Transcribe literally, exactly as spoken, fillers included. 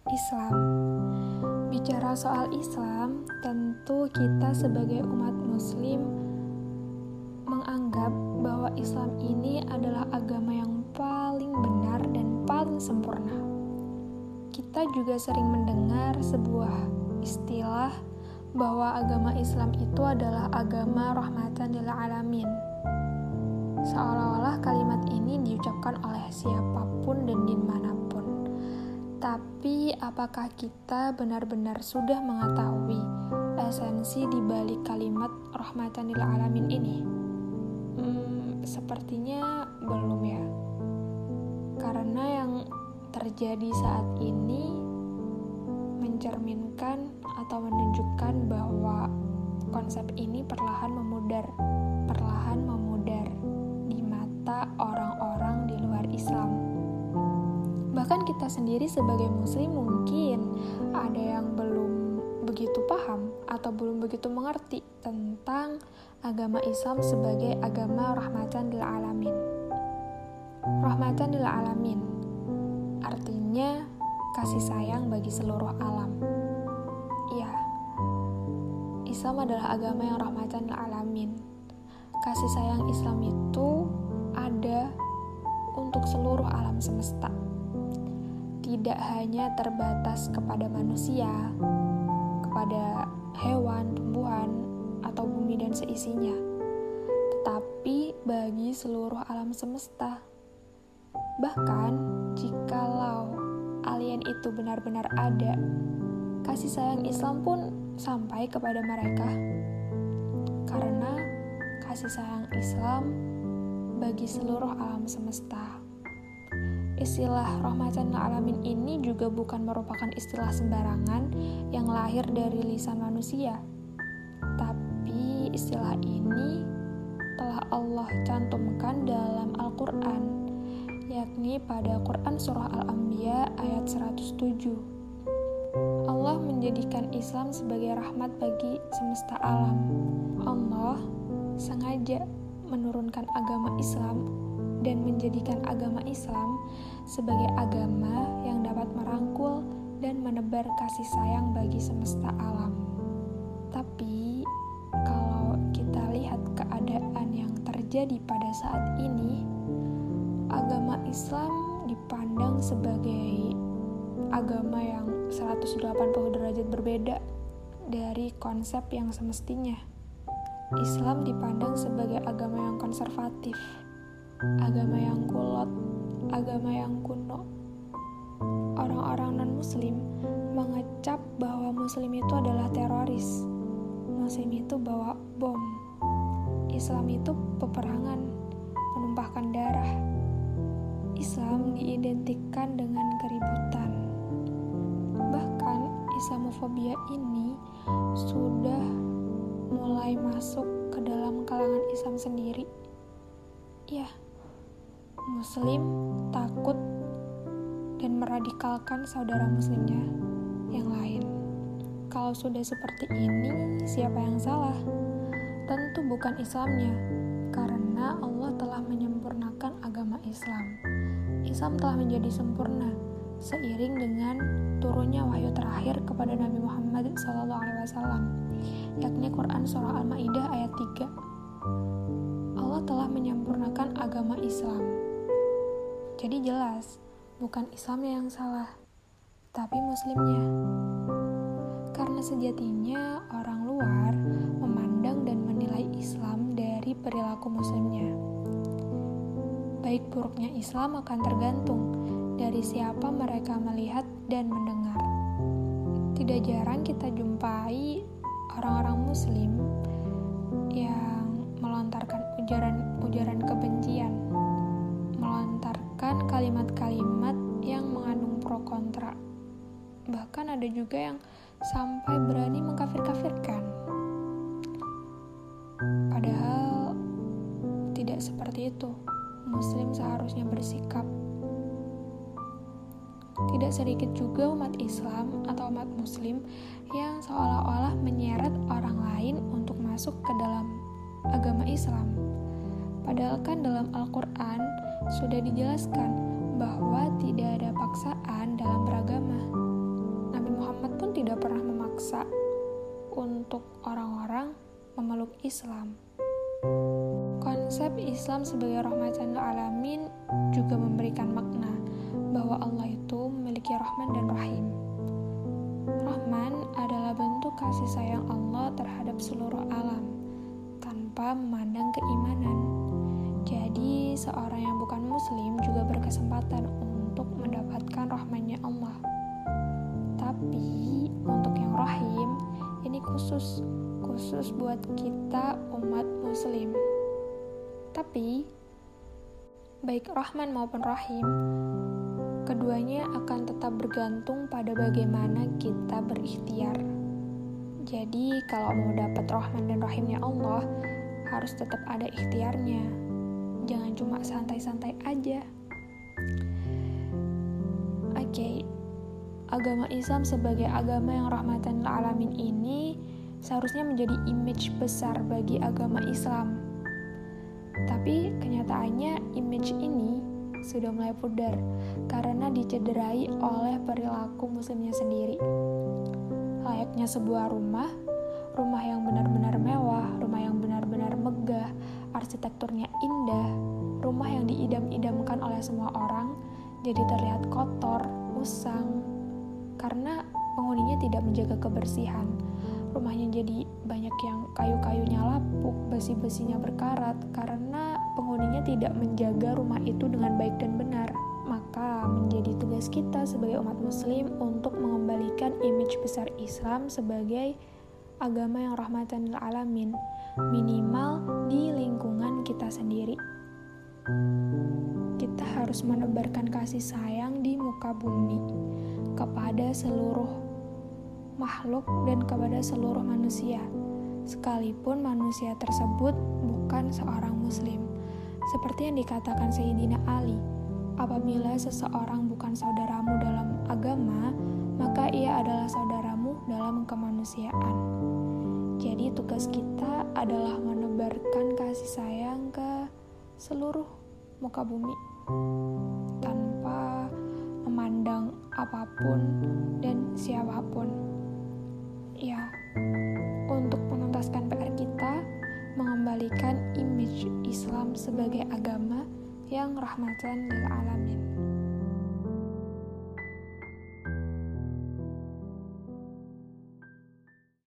Islam. Bicara soal Islam, tentu kita sebagai umat muslim menganggap bahwa Islam ini adalah agama yang paling benar dan paling sempurna. Kita juga sering mendengar sebuah istilah bahwa agama Islam itu adalah agama rahmatan lil alamin. Seolah-olah kalimat ini diucapkan oleh siapapun dan di manapun. Tapi apakah kita benar-benar sudah mengetahui esensi di balik kalimat rahmatan lil alamin ini? Hmm, sepertinya belum ya. Karena yang terjadi saat ini mencerminkan atau menunjukkan bahwa konsep ini perlahan memudar, perlahan memudar di mata orang-orang di luar Islam. Bahkan kita sendiri sebagai muslim mungkin ada yang belum begitu paham atau belum begitu mengerti tentang agama Islam sebagai agama rahmatan lil alamin. Rahmatan lil alamin artinya kasih sayang bagi seluruh alam. Iya, Islam adalah agama yang rahmatan lil alamin. Kasih sayang Islam itu ada untuk seluruh alam semesta. Tidak hanya terbatas kepada manusia, kepada hewan, tumbuhan, atau bumi dan seisinya, tetapi bagi seluruh alam semesta. Bahkan, jikalau alien itu benar-benar ada, kasih sayang Islam pun sampai kepada mereka. Karena kasih sayang Islam bagi seluruh alam semesta. Istilah rahmatan lil alamin ini juga bukan merupakan istilah sembarangan yang lahir dari lisan manusia. Tapi istilah ini telah Allah cantumkan dalam Al-Quran, yakni pada Quran Surah Al-Anbiya ayat seratus tujuh. Allah menjadikan Islam sebagai rahmat bagi semesta alam. Allah sengaja menurunkan agama Islam dan menjadikan agama Islam sebagai agama yang dapat merangkul dan menebar kasih sayang bagi semesta alam. Tapi, kalau kita lihat keadaan yang terjadi pada saat ini, agama Islam dipandang sebagai agama yang seratus delapan puluh derajat berbeda dari konsep yang semestinya. Islam dipandang sebagai agama yang konservatif, agama yang kulot, agama yang kuno. Orang-orang non-muslim mengecap bahwa muslim itu adalah teroris. Muslim itu bawa bom. Islam itu peperangan, menumpahkan darah. Islam diidentikan dengan keributan. Bahkan Islamofobia ini sudah mulai masuk ke dalam kalangan Islam sendiri. Ya, Muslim takut dan meradikalkan saudara muslimnya yang lain. Kalau sudah seperti ini, siapa yang salah? Tentu bukan Islamnya, karena Allah telah menyempurnakan agama Islam. Islam telah menjadi sempurna seiring dengan turunnya wahyu terakhir kepada Nabi Muhammad shallallahu alaihi wasallam, yakni Quran Surah Al-Maidah ayat tiga. Allah telah menyempurnakan agama Islam. Jadi jelas, bukan Islamnya yang salah, tapi Muslimnya. Karena sejatinya orang luar memandang dan menilai Islam dari perilaku Muslimnya. Baik buruknya Islam akan tergantung dari siapa mereka melihat dan mendengar. Tidak jarang kita jumpai orang-orang Muslim yang melontarkan ujaran-ujaran kebencian, melontarkan kalimat-kalimat yang mengandung pro kontra. Bahkan ada juga yang sampai berani mengkafir-kafirkan. Padahal tidak seperti itu. Muslim seharusnya bersikap. Tidak sedikit juga umat Islam atau umat Muslim yang seolah-olah menyeret orang lain untuk masuk ke dalam agama Islam. Padahal kan dalam Al-Quran sudah dijelaskan bahwa tidak ada paksaan dalam beragama. Muhammad pun tidak pernah memaksa untuk orang-orang memeluk Islam. Konsep Islam sebagai rahmatan lil alamin juga memberikan makna bahwa Allah itu memiliki Rahman dan Rahim. Rahman adalah bentuk kasih sayang Allah terhadap seluruh alam tanpa memandang keimanan. Jadi, seorang yang bukan muslim juga berkesempatan untuk mendapatkan rahmannya Allah. Tapi, untuk yang rahim, ini khusus, khusus buat kita umat muslim. Tapi, baik rahman maupun rahim, keduanya akan tetap bergantung pada bagaimana kita berikhtiar. Jadi, kalau mau dapat rahman dan rahimnya Allah, harus tetap ada ikhtiarnya. Jangan cuma santai-santai aja. Oke, okay. Agama Islam sebagai agama yang rahmatan lil alamin ini seharusnya menjadi image besar bagi agama Islam. Tapi kenyataannya image ini sudah mulai pudar karena dicederai oleh perilaku muslimnya sendiri. Layaknya sebuah rumah, rumah yang benar-benar mewah, rumah yang benar-benar megah, arsitekturnya indah, rumah yang diidam-idamkan oleh semua orang, jadi terlihat kotor, usang, karena penghuninya tidak menjaga kebersihan. Rumahnya jadi banyak yang kayu-kayunya lapuk, besi-besinya berkarat, karena penghuninya tidak menjaga rumah itu dengan baik dan benar. Maka menjadi tugas kita sebagai umat muslim untuk mengembalikan image besar Islam sebagai agama yang rahmatan lil alamin, minimal di lingkungan kita sendiri. Kita harus menebarkan kasih sayang di muka bumi kepada seluruh makhluk dan kepada seluruh manusia, sekalipun manusia tersebut bukan seorang muslim. Seperti yang dikatakan Sayyidina Ali, apabila seseorang bukan saudaramu dalam agama, maka ia adalah saudaramu dalam kemanusiaan. Jadi tugas kita adalah menebarkan kasih sayang ke seluruh muka bumi tanpa memandang apapun dan siapapun. Ya, untuk menuntaskan P R kita, mengembalikan image Islam sebagai agama yang rahmatan lil alamin.